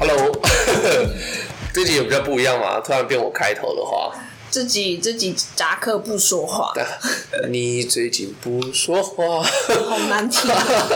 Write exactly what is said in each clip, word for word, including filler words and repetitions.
Hello， 这集有比较不一样嘛？突然变我开头的话， 这集这集扎克不说话， 你最近不说话， 好难听。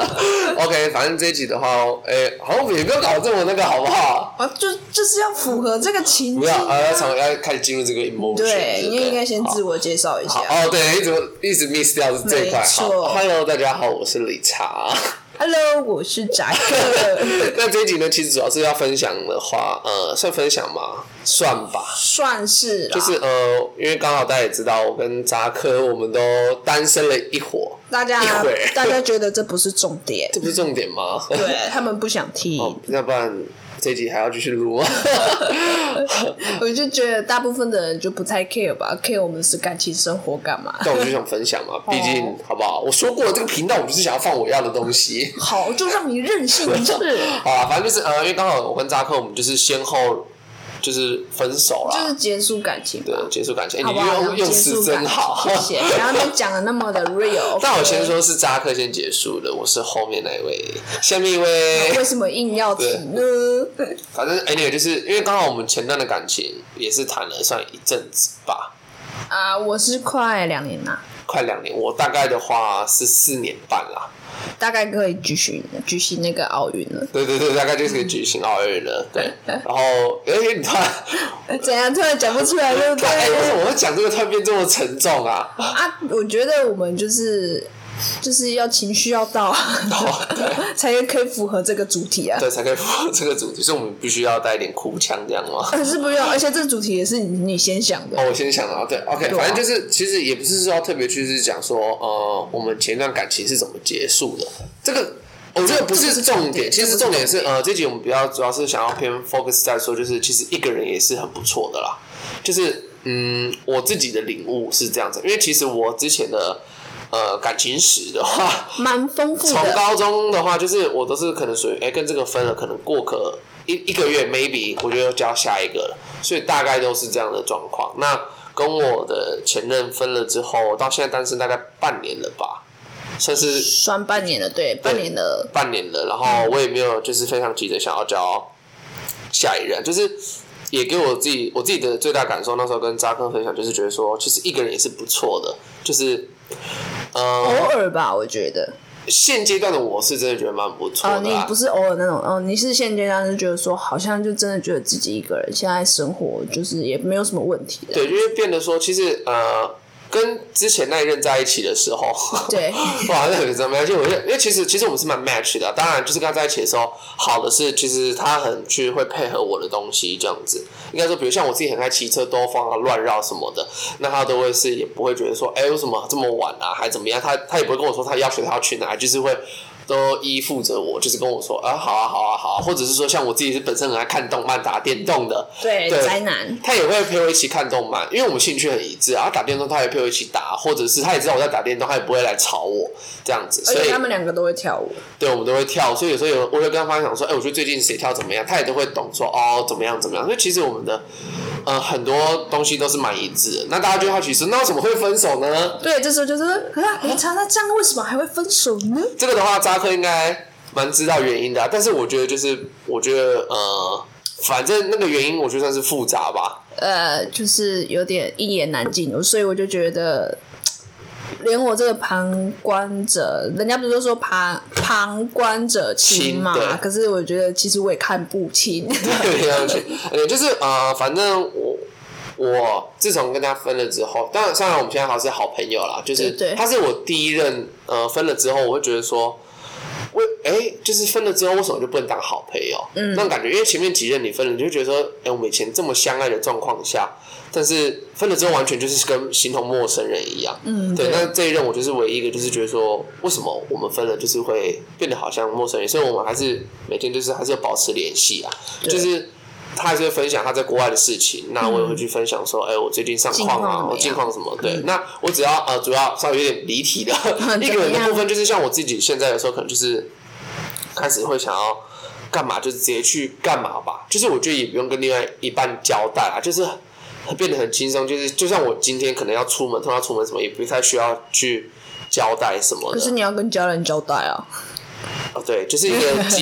OK， 反正这一集的话，哎、欸，好像也不要搞这么那个，好不好？ 啊，就就是要符合这个情境、啊。 不要，呃，要从要开始进入这个 emotion。 对，你也应该先自我介绍一下。 哦，对，一直一直 miss 掉是这一块。 没错。 Hello， 大家好，我是理查。 Hello， 我是扎克。 那这一集呢，其实主要是要分享的话，呃，算分享吗？算吧， 算是啦。 就是呃，因为刚好大家也知道，我跟扎克我们都单身了一伙。 大家大家觉得这不是重点， 这不是重点吗？ 对他们不想听。 哦，要不然这一集还要继续录吗？ 我就觉得大部分的人就不太 care 吧 ，care 我们是感情生活干嘛？ 但我就想分享嘛，毕竟、哦、好不好？我说过了，这个频道我就是想要放我要的东西。 好，就让你任性一次。 好啦，反正就是呃，因为刚好我跟扎克我们就是先后就是分手啦， 就是结束感情吧。 对，结束感情。欸、 好不好？ 你用用词真好， 谢谢。然后你讲的那么的 real。 但我先说是扎克先结束的，我是后面那一位。下面一位为什么硬要提呢？ 反正 anyway 就是因为刚好我们前段的感情也是谈了算一阵子吧。 啊、呃，我是快两年啦。 快两年，我大概的话是四年半啦。 大概可以举行举行那个奥运了。 对对对，大概就是可以举行奥运了。对，然后哎、欸，你突然怎样突然讲不出来，对不对？ 哎、欸，为什么会讲这个突然变这么沉重啊？ 啊，我觉得我们就是就是要情绪要到，哦、才可以符合这个主题啊。 对，才可以符合这个主题，所以我们必须要带一点哭腔，这样吗？ 可是不用，而且这主题也是你先想的。 哦，我先想的啊，对 ，OK， 对啊， 反正就是其实也不是说特别去是讲说，呃，我们前段感情是怎么结束的，这个。我觉得不是重点，其实重点是呃，这集我们比较主要是想要偏 focus 在说，就是其实一个人也是很不错的啦。就是嗯，我自己的领悟是这样子，因为其实我之前的呃感情史的话， 蛮丰富的。 从高中的话，就是我都是可能属于哎跟这个分了，可能过个一一个月 maybe 我就要交下一个了，所以大概都是这样的状况。那跟我的前任分了之后，到现在单身大概半年了吧。算是算半年了，对，半年了， 半年了。然后我也没有就是非常急着想要交下一任，就是也给我自己我自己的最大感受。那时候跟扎克分享，就是觉得说，其实一个人也是不错的，就是呃， 偶尔吧，我觉得。 现阶段的我是真的觉得蛮不错的、啊。 哦，你不是偶尔那种，哦，你是现阶段就觉得说，好像就真的觉得自己一个人，现在生活就是也没有什么问题的。 对，因为变得说，其实呃。跟之前那一任在一起的时候， 对， 哇，那很怎么样？就我因为其实其实我们是蛮 match 的、啊，当然就是跟他在一起的时候，好的是其实他很去会配合我的东西这样子。应该说，比如像我自己很爱骑车，都放他乱绕什么的，那他都会是也不会觉得说，哎、欸，为什么这么晚啊，还怎么样？他他也不会跟我说他要求他要去哪，就是会。都依附着我，就是跟我说啊，好啊，好啊，好啊，或者是说，像我自己是本身很爱看动漫、打电动的， 对，宅男， 他也会陪我一起看动漫，因为我们兴趣很一致啊。打电动他也陪我一起打，或者是他也知道我在打电动，他也不会来吵我这样子。 而且他们两个都会跳舞， 对，我们都会跳，所以有时候有我会跟他分享说，哎、欸，我觉得最近谁跳怎么样，他也都会懂说哦，怎么样怎么样。所以其实我们的呃很多东西都是蛮一致的。那大家就好奇说，那怎么会分手呢？ 对，这时候就是啊，你查他这样为什么还会分手呢？ 这个的话，扎克应该蛮知道原因的、啊，但是我觉得就是，我觉得呃，反正那个原因我觉得算是复杂吧。 呃，就是有点一言难尽，所以我就觉得，连我这个旁观者，人家不是说旁旁观者清嘛？可是我觉得其实我也看不清。 对，就是呃，反正我。我自从跟他分了之后，当然，当然我们现在好像是好朋友啦。就是他是我第一任，呃，分了之后，我会觉得说，为哎、欸，就是分了之后，为什么就不能当好朋友？嗯，那种感觉，因为前面几任你分了，你就觉得说，哎、欸，我们以前这么相爱的状况下，但是分了之后，完全就是跟形同陌生人一样。嗯，对。那这一任我就是唯一一个，就是觉得说，为什么我们分了，就是会变得好像陌生人？所以我们还是每天就是还是要保持联系啊，就是。他还是会分享他在国外的事情，那我也会去分享说，哎、嗯欸，我最近上况啊，我近况什么，对。嗯、那我只要呃，主要稍微有点离题的一个人的部分，就是像我自己现在有时候可能就是开始会想要干嘛，就是直接去干嘛吧，就是我觉得也不用跟另外一半交代啊，就是变得很轻松，就是就像我今天可能要出门，突然要出门什么，也不太需要去交代什么的。 可是你要跟家人交代啊。 哦，对，就是一个基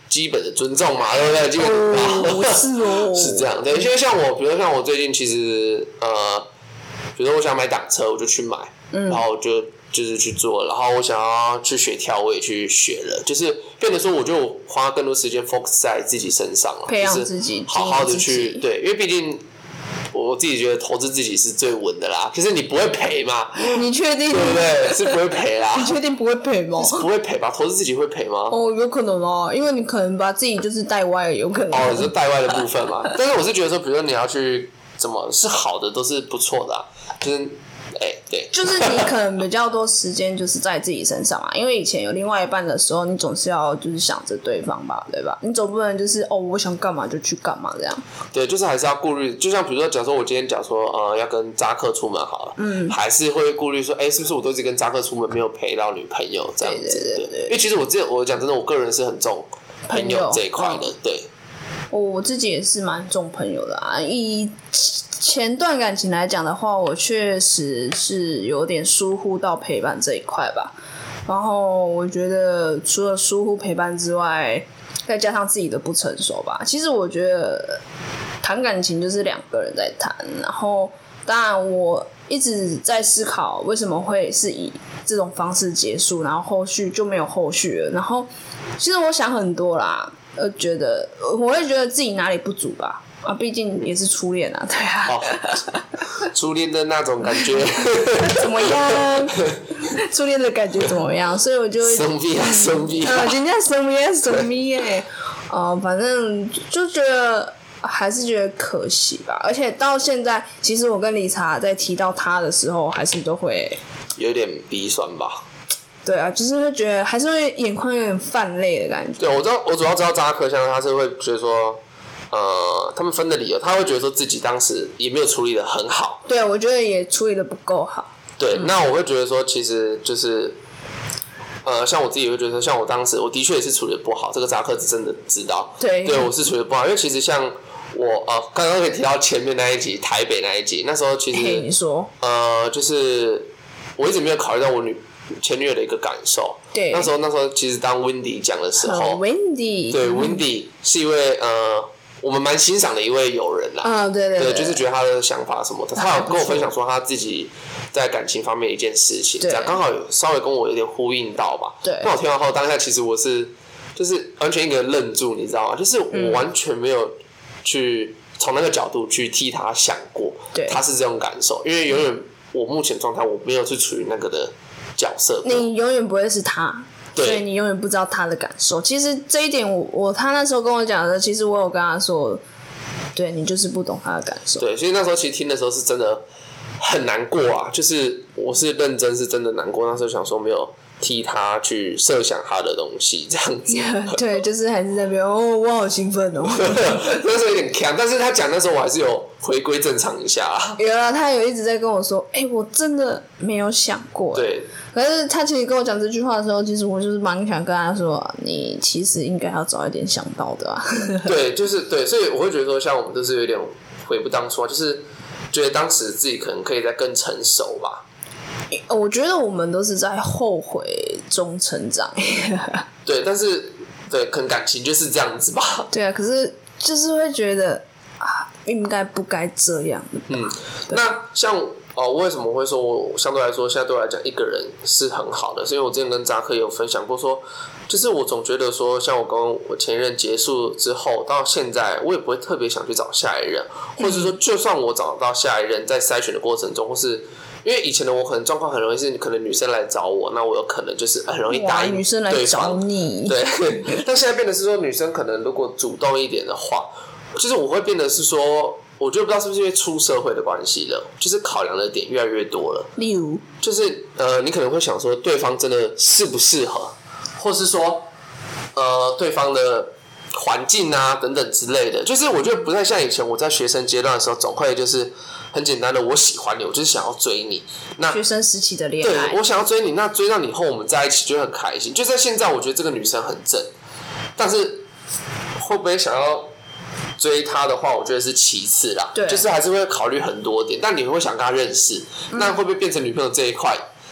基本的尊重嘛，对不对？基本的礼貌、 哦、是哦， 是这样。对，因为像我，比如像我最近其实呃，比如说我想买挡车，我就去买，嗯、然后就就是去做，然后我想要去学跳，我也去学了，就是变得说我就花更多时间 focus 在自己身上了， 培养自己， 好好的去对，因为毕竟。我自己觉得投资自己是最稳的啦，可是你不会赔嘛？ 你确定？ 对不对？是不会赔啦。 你确定不会赔吗？ 是不会赔吧？投资自己会赔吗？ 哦，有可能哦，因为你可能把自己就是带歪了，有可能。 哦，你是带歪的部分嘛？但是我是觉得说，比如说你要去怎么是好的，都是不错的、啊，就是。哎、欸，对， 就是你可能比较多时间就是在自己身上嘛，因为以前有另外一半的时候，你总是要就是想着对方吧，对吧？你总不能就是哦，我想干嘛就去干嘛这样。 对，就是还是要顾虑，就像比如说，假如说我今天讲说呃要跟扎克出门好了，嗯，还是会顾虑说，哎、欸，是不是我都一直跟扎克出门，没有陪到女朋友这样子？ 对对对 对, 对。 因为其实我这我讲真的，我个人是很重朋友这一块的，对。 我我自己也是蛮重朋友的啊，以前段感情来讲的话，我确实是有点疏忽到陪伴这一块吧。然后我觉得除了疏忽陪伴之外，再加上自己的不成熟吧。其实我觉得谈感情就是两个人在谈，然后当然我一直在思考为什么会是以这种方式结束，然后后续就没有后续了。然后其实我想很多啦。呃，觉得我会觉得自己哪里不足吧，啊，毕竟也是初恋啊，对啊， 哦、初恋的那种感觉怎么样？初恋的感觉怎么样？所以我就生逼啊，生逼啊， 呃，人家生逼啊，生逼耶，哦、呃，反正就觉得还是觉得可惜吧，而且到现在，其实我跟理查在提到他的时候，还是都会有点鼻酸吧。 对啊，就是会觉得还是会眼眶有点泛泪的感觉。 对，我知道，我主要知道扎克像他是会觉得说，呃，他们分的理由，他会觉得说自己当时也没有处理的很好。 对，我觉得也处理的不够好。 对， 嗯、 那我会觉得说，其实就是，呃，像我自己也会觉得说，像我当时，我的确也是处理的不好。这个扎克是真的知道， 对， 对我是处理的不好，因为其实像我呃，刚刚可以提到前面那一集台北那一集，那时候其实你说， 呃，就是我一直没有考虑到我女。前女友的一个感受， 对， 那时候那时候其实当 Wendy 讲的时候、 uh, ，Wendy 对、嗯、Wendy 是一位呃我们蛮欣赏的一位友人啦， 啊、uh, 对对对, 对，就是觉得他的想法什么的，他有跟我分享说他自己在感情方面的一件事情，这样刚好有稍微跟我有点呼应到吧。 对， 那我听完后当下其实我是就是完全一个人愣住，你知道吗？就是我完全没有去从那个角度去替他想过， 对， 他是这种感受，因为永远我目前状态我没有去处于那个的。角色， 你永远不会是他，所以你永远不知道他的感受。其实这一点我，我他那时候跟我讲的，其实我有跟他说，对你就是不懂他的感受。 对，所以那时候其实听的时候是真的很难过啊，就是我是认真是真的难过。那时候想说没有替他去设想他的东西，这样子。 对，就是还是在那边哦，我好兴奋哦。 那时候有点强，但是他讲那时候我还是有回归正常一下啦。 有啊，他有一直在跟我说，哎、欸，我真的没有想过。 对。 可是他其实跟我讲这句话的时候，其实我就是蛮想跟他说，你其实应该要早一点想到的啊。 对，就是对，所以我会觉得说，像我们都是有点悔不当初，就是觉得当时自己可能可以再更成熟吧。 我觉得我们都是在后悔中成长。 对，但是对，可能感情就是这样子吧。 对啊，可是就是会觉得啊，应该不该这样的吧。 嗯，那像哦，我为什么会说我相对来说现在对我来讲一个人是很好的？是因为我之前跟扎克也有分享过说，就是我总觉得说，像我跟我前任结束之后到现在，我也不会特别想去找下一任，或者说就算我找到下一任，在筛选的过程中，或是因为以前的我可能状况很容易是可能女生来找我，那我有可能就是很容易答应女生来找你， 对。但现在变得是说，女生可能如果主动一点的话，就是我会变得是说，我就不知道是不是因为出社会的关系了，就是考量的点越来越多了。 例如， 就是呃，你可能会想说，对方真的适不适合，或是说，呃，对方的环境啊等等之类的。就是我觉得不太像以前我在学生阶段的时候，总会就是很简单的，我喜欢你，我就是想要追你。那学生时期的恋爱， 对，我想要追你，那追到你后我们在一起就会很开心。就在现在，我觉得这个女生很正，但是会不会想要追她的话，我觉得是其次啦。 对， 就是还是会考虑很多点，但你会想跟她认识，嗯、那会不会变成女朋友这一块？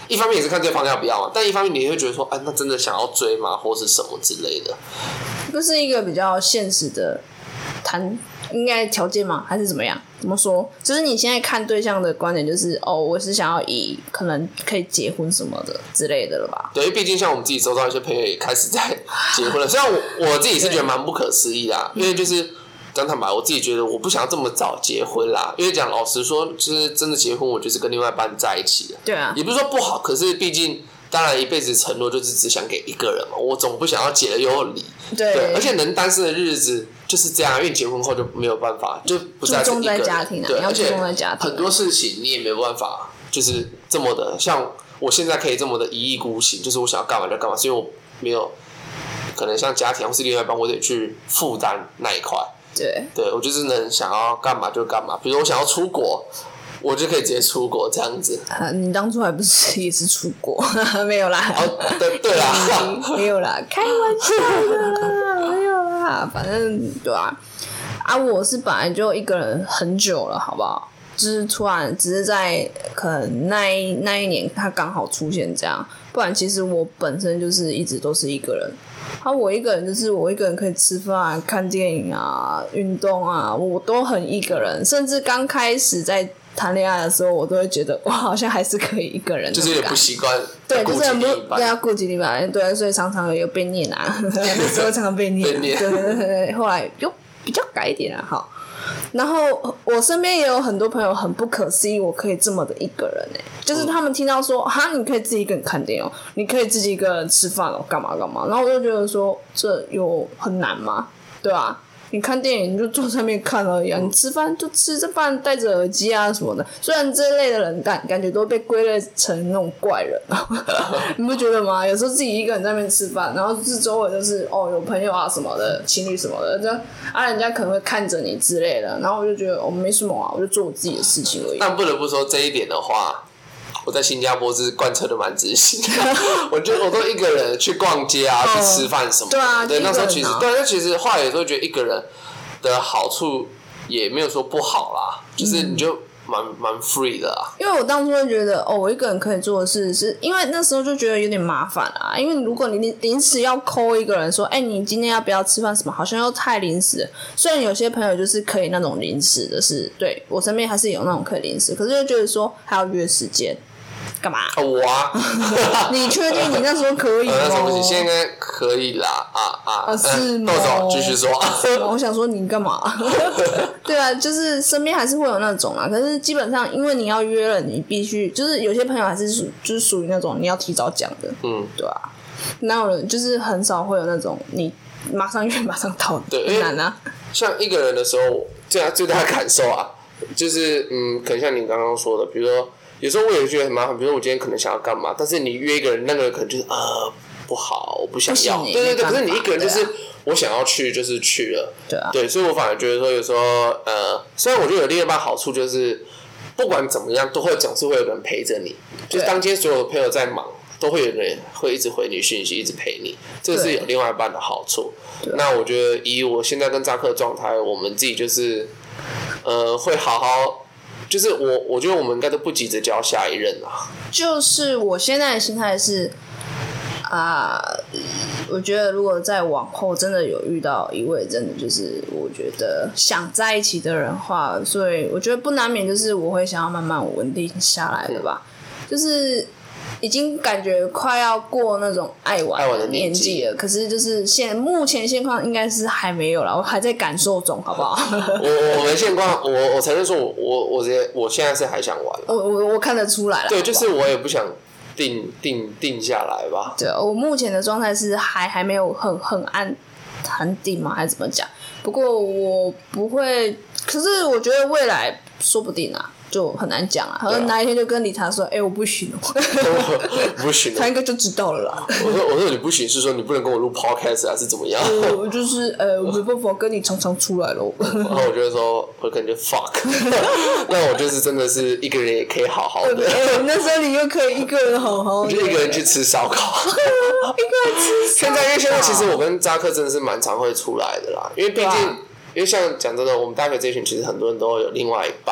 一方面也是看对方要不要嘛，但一方面你也会觉得说，哎、啊，那真的想要追吗，或是什么之类的？ 这是一个比较现实的谈，应该条件吗？还是怎么样？怎么说？就是你现在看对象的观点，就是哦，我是想要以可能可以结婚什么的之类的了吧？ 对，因为毕竟像我们自己收到一些朋友也开始在结婚了，虽然我我自己是觉得蛮不可思议啦，因为就是讲坦白，我自己觉得我不想要这么早结婚啦，因为讲老实说，就是真的结婚，我就是跟另外一半在一起了。 对啊， 也不是说不好，可是毕竟。当然，一辈子承诺就是只想给一个人嘛，我总不想要结了又离。 对， 对，而且能单身的日子就是这样，因为结婚后就没有办法，就不再是一个人。 注重在家庭啊， 对， 要注重在家庭。 很多事情你也没有办法，就是这么的，像我现在可以这么的一意孤行，就是我想要干嘛就干嘛，所以我没有可能像家庭或是另外一半，我得去负担那一块。 对， 对我就是能想要干嘛就干嘛，比如我想要出国。我就可以直接出国这样子。 啊，你当初还不是也是出国？没有啦。 哦，对对啦， 没有啦，开玩笑的啦，没有啦，反正对啊。啊，我是本来就一个人很久了，好不好？就是突然只是在可能那一那一年他刚好出现这样，不然其实我本身就是一直都是一个人。啊，我一个人就是我一个人可以吃饭、看电影啊、运动啊，我都很一个人。甚至刚开始在谈恋爱的时候，我都会觉得哇，好像还是可以一个人， 就是有点不习惯， 对，就是很不要顾及另一半，对，所以常常有被念啊，那时候常常被念， 被念对对对，后来就比较改一点啊，好。然后我身边也有很多朋友很不可思议，我可以这么的一个人哎、欸，就是他们听到说哈，你可以自己一个人看电影，你可以自己一个人吃饭哦，干嘛干嘛，然后我就觉得说这有很难吗？对啊。你看电影你就坐在那边看而已啊，你吃饭就吃着饭戴着耳机啊什么的。虽然这类的人感感觉都被归类成那种怪人，你不觉得吗？有时候自己一个人在那边吃饭，然后是周围就是哦有朋友啊什么的，情侣什么的，这啊人家可能会看着你之类的，然后我就觉得哦没什么啊，我就做我自己的事情而已。 但不得不说这一点的话。我在新加坡是贯彻的蛮执行的，我觉得我都一个人去逛街啊，去吃饭什么的。 对啊， 对，那时候其实对，那其实后来有时候觉得一个人的好处也没有说不好啦，就是你就蛮蛮 free 的啊。 因为我当初会觉得，哦，我一个人可以做的事，是因为那时候就觉得有点麻烦啊。因为如果你临时要 call 一个人说，哎、欸，你今天要不要吃饭什么，好像又太临时了。虽然有些朋友就是可以那种临时的是，对我身边还是有那种可以临时，可是就觉得说还要约时间。干嘛？ 我啊， 你确定你那时候可以吗？ 那时候不行，现在可以啦，啊啊！ 啊是吗？ 豆总继续说。 我想说你干嘛？对啊，就是身边还是会有那种啊，可是基本上因为你要约了，你必须就是有些朋友还是属就是属于那种你要提早讲的，嗯，对啊，哪有人就是很少会有那种你马上约马上到， 对， 很难啊。 像一个人的时候，最大最大的感受啊，就是嗯，可能像你刚刚说的，比如说。有时候我也觉得很麻烦，比如说我今天可能想要干嘛，但是你约一个人，那个人可能就是呃不好，我不想要，对对对。可是你一个人就是、啊、我想要去，就是去了， 对啊， 对，所以我反而觉得说有时候呃，虽然我觉得有另一半好处就是，不管怎么样都会总是会有人陪着你，就是当今天所有的朋友在忙，都会有人会一直回你讯息，一直陪你，这是有另外一半的好处。那我觉得以我现在跟扎克的状态，我们自己就是呃会好好。就是我，我觉得我们应该都不急着交下一任啊。 就是我现在的心态是，啊、呃，我觉得如果再往后真的有遇到一位真的就是我觉得想在一起的人的话，所以我觉得不难免就是我会想要慢慢稳定下来的吧，嗯、就是已经感觉快要过那种爱玩的年纪了，可是就是现目前现况应该是还没有啦，我还在感受中，好不好？ 我我们现况，我我承认说我，我我我我现在是还想玩， 我我我看得出来了。 对，就是我也不想定定定下来吧。 对，我目前的状态是还还没有很很安安定嘛，还是怎么讲？不过我不会，可是我觉得未来说不定啊。就很难讲啊，可能哪一天就跟理查说，哎、欸，我不行了， 不行了， 他应该就知道了啦。 我说，我说你不行是说你不能跟我录 podcast 还是怎么样？ 我就是呃，我没办法跟你常常出来咯。 然后我就说，我可能就 fuck， 那我就是真的是一个人也可以好好的。 欸、那时候你又可以一个人好好的， 我就一个人去吃烧烤， 一个人吃烧烤。 现在因为现在其实我跟扎克真的是蛮常会出来的啦，因为毕竟、啊、因为像讲真的，我们大学这一群其实很多人都有另外一半。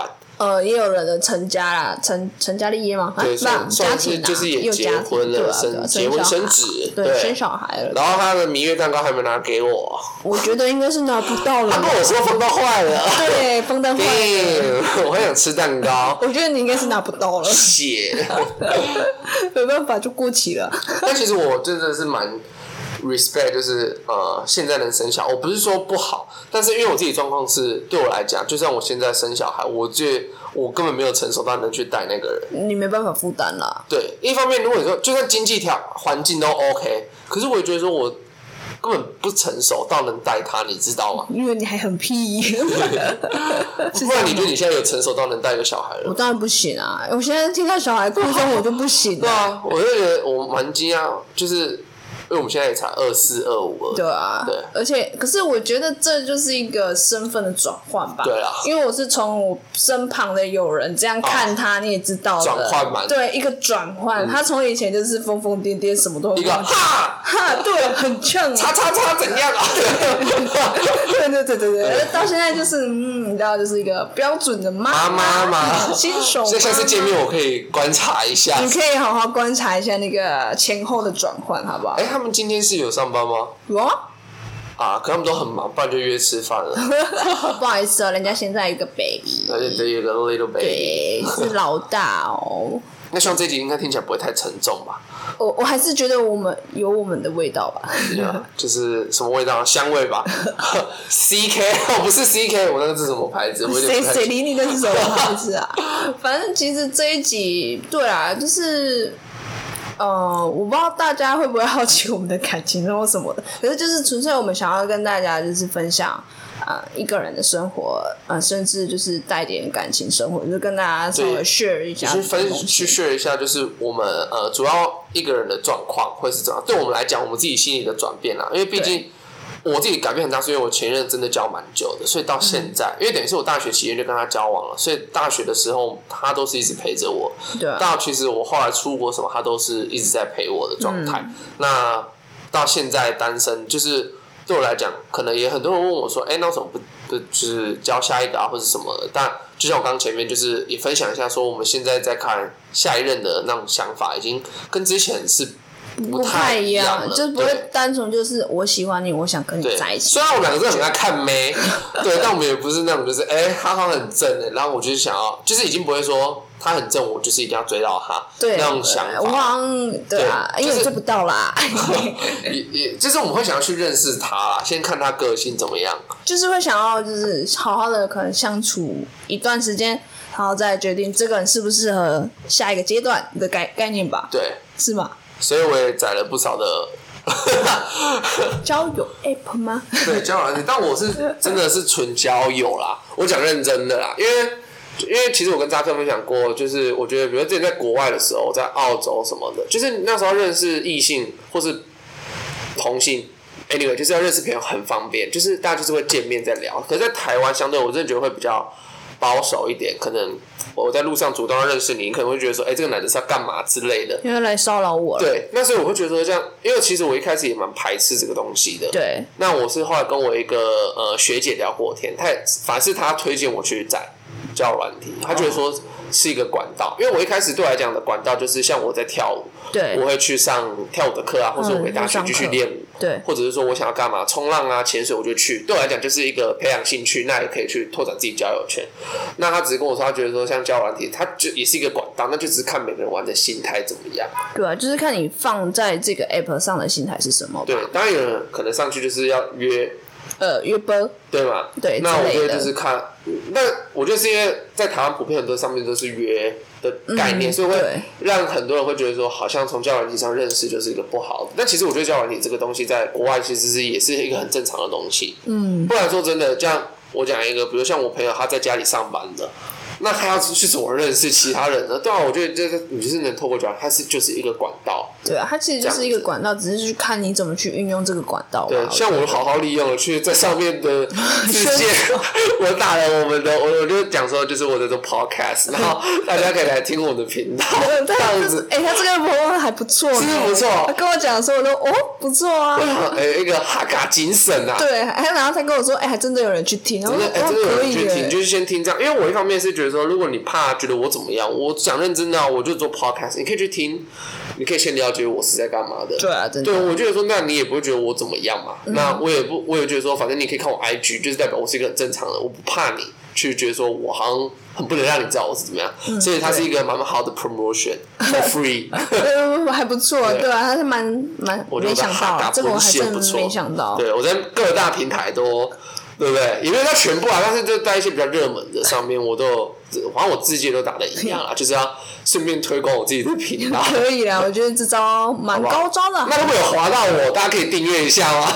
呃，也有人的成家啦，成成家立业嘛， 对， 算算是就是也结婚了，生结婚生子， 对，生小孩了。 然后他的蜜月蛋糕还没拿给我， 我觉得应该是拿不到了。 他跟我说风灯坏了， 对，风灯坏了， 我很想吃蛋糕。 我觉得你应该是拿不到了， 血， 没办法就过期了。 但其实我真的是蛮。respect 就是呃，现在能生小孩，我不是说不好，但是因为我自己状况是，对我来讲，就算我现在生小孩，我觉得我根本没有成熟到能去带那个人， 你没办法负担啦。 对，一方面如果你说就算经济条环境都 OK， 可是我也觉得说我根本不成熟到能带他，你知道吗？ 因为你还很屁， 不然你觉得你现在有成熟到能带一个小孩了？ 我当然不行啊！我现在听到小孩哭声我就不行了。 对啊，我就觉得我蛮惊讶，就是。因为我们现在也才二四二五了， 对啊， 对， 而且可是我觉得这就是一个身份的转换吧， 对啊， 因为我是从我身旁的友人这样看他，哦、你也知道的， 转换嘛， 对，一个转换，嗯、他从以前就是疯疯癫癫，什么都一个哈哈，对，很呛， 叉叉叉怎样啊？ 对对对对对，到现在就是嗯，你知道，就是一个标准的妈妈嘛， 新手妈妈， 所以下次见面我可以观察一下， 你可以好好观察一下那个前后的转换，好不好？ 哎、欸，他们今天是有上班吗？ 有啊。 啊，可他们都很忙，不然就约吃饭了。 不好意思哦，人家现在有一个 baby， 而且对，有个 little baby， 对，是老大哦。 那希望这集应该听起来不会太沉重吧？ 我我还是觉得我们有我们的味道吧。 就是什么味道？香味吧。C K 哦，不是 C K， 我那个是什么牌子？ 谁谁理你那是什么牌子啊？反正其实这一集，对啦，就是。呃，我不知道大家会不会好奇我们的感情或什么的，可是就是纯粹我们想要跟大家就是分享，呃，一个人的生活，呃，甚至就是带点感情生活，就跟大家稍微 share 一下， 去分去 share 一下，就是我们呃主要一个人的状况会是怎样，对我们来讲，我们自己心里的转变啦，因为毕竟。我自己改变很大，是因为我前任真的交蛮久的，所以到现在，嗯、因为等于是我大学期间就跟他交往了，所以大学的时候他都是一直陪着我。 对、啊。 到其实我后来出国什么，他都是一直在陪我的状态。嗯、那到现在单身，就是对我来讲，可能也很多人问我说：“哎、欸，那为什么不不就是交下一个啊，或者什么的？”但就像我刚刚前面就是也分享一下，说我们现在在看下一任的那种想法，已经跟之前是。 不太一样，就不会单纯就是我喜欢你，我想跟你在一起。 虽然我们两个真的很爱看妹，对，但我们也不是那种就是哎、欸，他好像很正的，然后我就是想要，就是已经不会说他很正，我就是一定要追到他， 对那种想法。 我好像对啊，对因为追不到啦。 也也就是我们会想要去认识他啦，先看他个性怎么样。 就是会想要就是好好的可能相处一段时间，然后再决定这个人适不适合下一个阶段的概概念吧。 对， 是吗？ 所以我也载了不少的交友 app 吗？ 对，交友 app， 但我是真的是纯交友啦，我讲认真的啦，因为因为其实我跟扎克分享过，就是我觉得，比如之前在国外的时候，在澳洲什么的，就是那时候认识异性或是同性 ，anyway， 就是要认识朋友很方便，就是大家就是会见面再聊。可是，在台湾相对，我真的觉得会比较保守一点，可能。我在路上主动要认识你，你可能会觉得说，哎、欸，这个男的是要干嘛之类的， 因为来骚扰我了。 对，那所以我会觉得说，这样，因为其实我一开始也蛮排斥这个东西的。 对。 那我是后来跟我一个呃学姐聊过天，她也反正是她推荐我去载交友软体，她觉得说是一个管道，因为我一开始对我来讲的管道就是像我在跳舞， 对， 我会去上跳舞的课啊，或者我回大学继续练舞， 对， 或者是说我想要干嘛，冲浪啊、潜水，我就去。对我来讲就是一个培养兴趣，那也可以去拓展自己交友圈。那他只是跟我说，他觉得说像交友软体，他就也是一个管道，那就只是看每个人玩的心态怎么样。 对啊，就是看你放在这个 app 上的心态是什么吧。 对，当然有人可能上去就是要约。 呃，约波对嘛？ 对， 那我觉得就是看，那我觉得是因为在台湾普遍很多上面都是约的概念，嗯、所以会让很多人会觉得说，好像从交友软体上认识就是一个不好的。但其实我觉得交友软体这个东西在国外其实是也是一个很正常的东西。嗯，不然说真的，这样我讲一个，比如像我朋友他在家里上班的。那他要去怎么认识其他人呢？对啊，我觉得这个你就是能透过交友，它是就是一个管道。 对啊，它其实就是一个管道，只是去看你怎么去运用这个管道。 对，像我好好利用去在上面的世界，我打了我们的，我我就讲说就是我的这 podcast， 然后大家可以来听我的频道，这样子。 哎、欸，他这个朋友还不错， 是不是不错？ 他跟我讲的时候，我都哦， 不错啊。 哎、欸，一个哈嘎精神啊。 对，然后他跟我说，哎、欸，还真的有人去听， 真的，哎、欸，真的有人去听，就是先听这样。因为我一方面是觉得说，如果你怕觉得我怎么样，我讲认真的、啊，我就做 podcast， 你可以去听，你可以先了解我是在干嘛的。 对啊，真的。 对，我觉得说，那你也不会觉得我怎么样嘛。嗯、那我也不，我也觉得说，反正你可以看我 I G， 就是代表我是一个很正常的，我不怕你去觉得说我好像很不能让你知道我是怎么样，嗯、所以它是一个蛮好的 promotion for free， 对，还不错，对啊，它是蛮蛮没想到，这个我还真没想到。 对，我在各大平台都，对不对？也没有到全部啊，但是就在一些比较热门的上面，我都有，好像我字节都打的一样啦，就是要顺便推广我自己的频道。 可以啦，我觉得这招蛮高招的。 那如果有滑到我，大家可以订阅一下吗？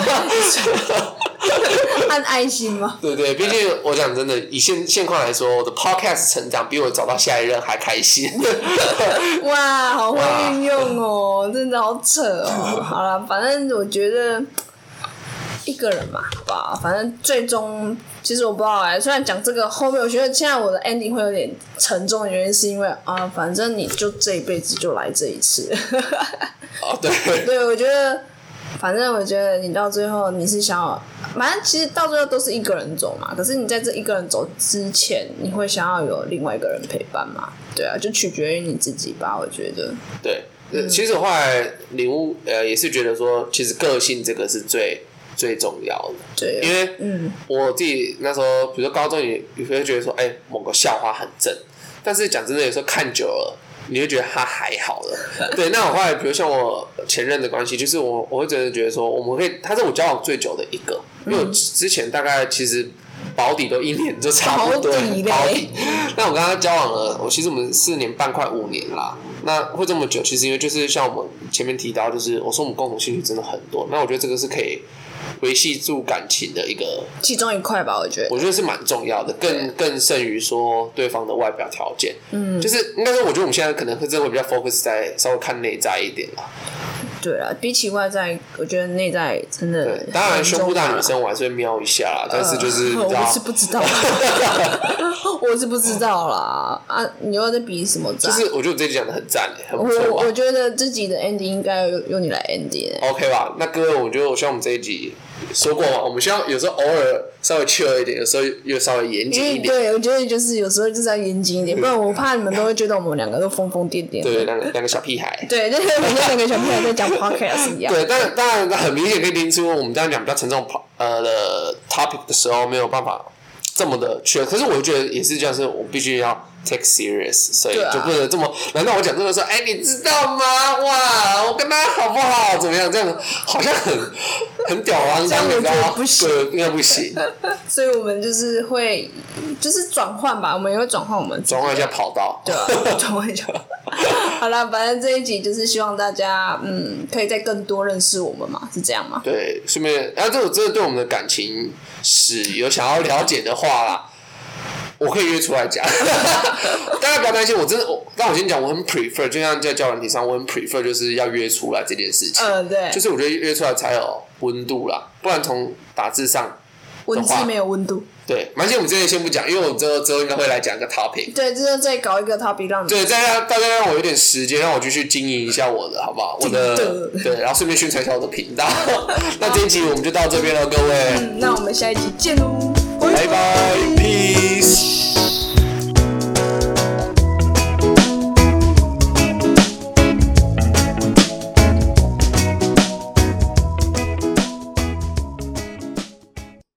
按爱心吗？ 对对，毕竟我讲真的，以现现况来说，我的 podcast 成长比我找到下一任还开心。 哇，好会运用哦，真的好扯哦。好了，反正我觉得一个人嘛，好吧，反正最终其实我不知道哎、欸。虽然讲这个后面，我觉得现在我的 ending 会有点沉重的原因，是因为啊，反正你就这一辈子就来这一次。 哦，对。 对，我觉得。反正我觉得你到最后你是想要，反正其实到最后都是一个人走嘛。可是你在这一个人走之前，你会想要有另外一个人陪伴嘛？对啊，就取决于你自己吧。我觉得。 对，嗯、其实我后来领悟，呃，也是觉得说，其实个性这个是最最重要的。 对、啊， 因为嗯，我自己那时候，比如说高中也也会觉得说，哎、欸，某个校花很正，但是讲真的，有时候看久了。你会觉得他还好了，对。那我后来，比如像我前任的关系，就是我我会真的觉得说，我们会，他是我交往最久的一个，因为我之前大概其实保底都一年就差不多，保底。保底那我跟他交往了，我其实我们四年半快五年啦。那会这么久，其实因为就是像我们前面提到，就是我说我们共同兴趣真的很多，那我觉得这个是可以维系住感情的一个其中一块吧，我觉得， 我觉得是蛮重要的，更更胜于说对方的外表条件。嗯，就是应该说，我觉得我们现在可能会真的会比较 focus 在稍微看内在一点啦。 对啦，比起外在，我觉得内在真的对。当然，胸部大女生我还是会瞄一下啦，呃、但是就是我是不知道，我是不知道啦。啊，你又在比什么赞？ 就是我觉得我这集讲的很赞诶，很不错吧？ 我我觉得这集的 ending 应该由由你来 ending。OK 吧？那各位，我觉得我希望我们这一集说过嘛，我们希望有时候偶尔稍微 chill 一点，有时候又稍微严谨一点。 对，我觉得就是有时候就是要严谨一点，不然我怕你们都会觉得我们两个都疯疯癫癫。 对，两个两个小屁孩。 对，就是很像两个小屁孩在讲 podcast 一样。 对，但当然很明显可以听出，我们这样讲比较沉重呃的 topic 的时候，没有办法这么的去。可是我觉得也是这样，是我必须要 take serious， 所以就不能这么。啊、难道我讲这个说，哎、欸，你知道吗？哇，我跟他好不好？怎么样？这样好像很很吊儿郎当，你知道吗？ 不行， 对，应该不行。 所以我们就是会，就是转换吧，我们也会转换我们转换一下跑道， 对、啊，转换一下。好啦，反正这一集就是希望大家嗯，可以再更多认识我们嘛，是这样吗？ 对，顺便，啊，这种真的对我们的感情史有想要了解的话啦，我可以约出来讲。大家不要担心，我真的，但我先讲，我很 prefer， 就像在交友软体上，我很 prefer 就是要约出来这件事情。 嗯，对， 就是我觉得约出来才有温度啦，不然从打字上文字没有温度。 对，蛮幸我们这边先不讲，因为我们之后之后应该会来讲一个 topic。 对，之后再搞一个 topic 让你。 对，再让大家让我有点时间，让我继续经营一下我的，好不好？我的对，然后顺便宣传一下我的频道。那这一集我们就到这边了，各位。 嗯，那我们下一集见喽， 拜拜 ，peace。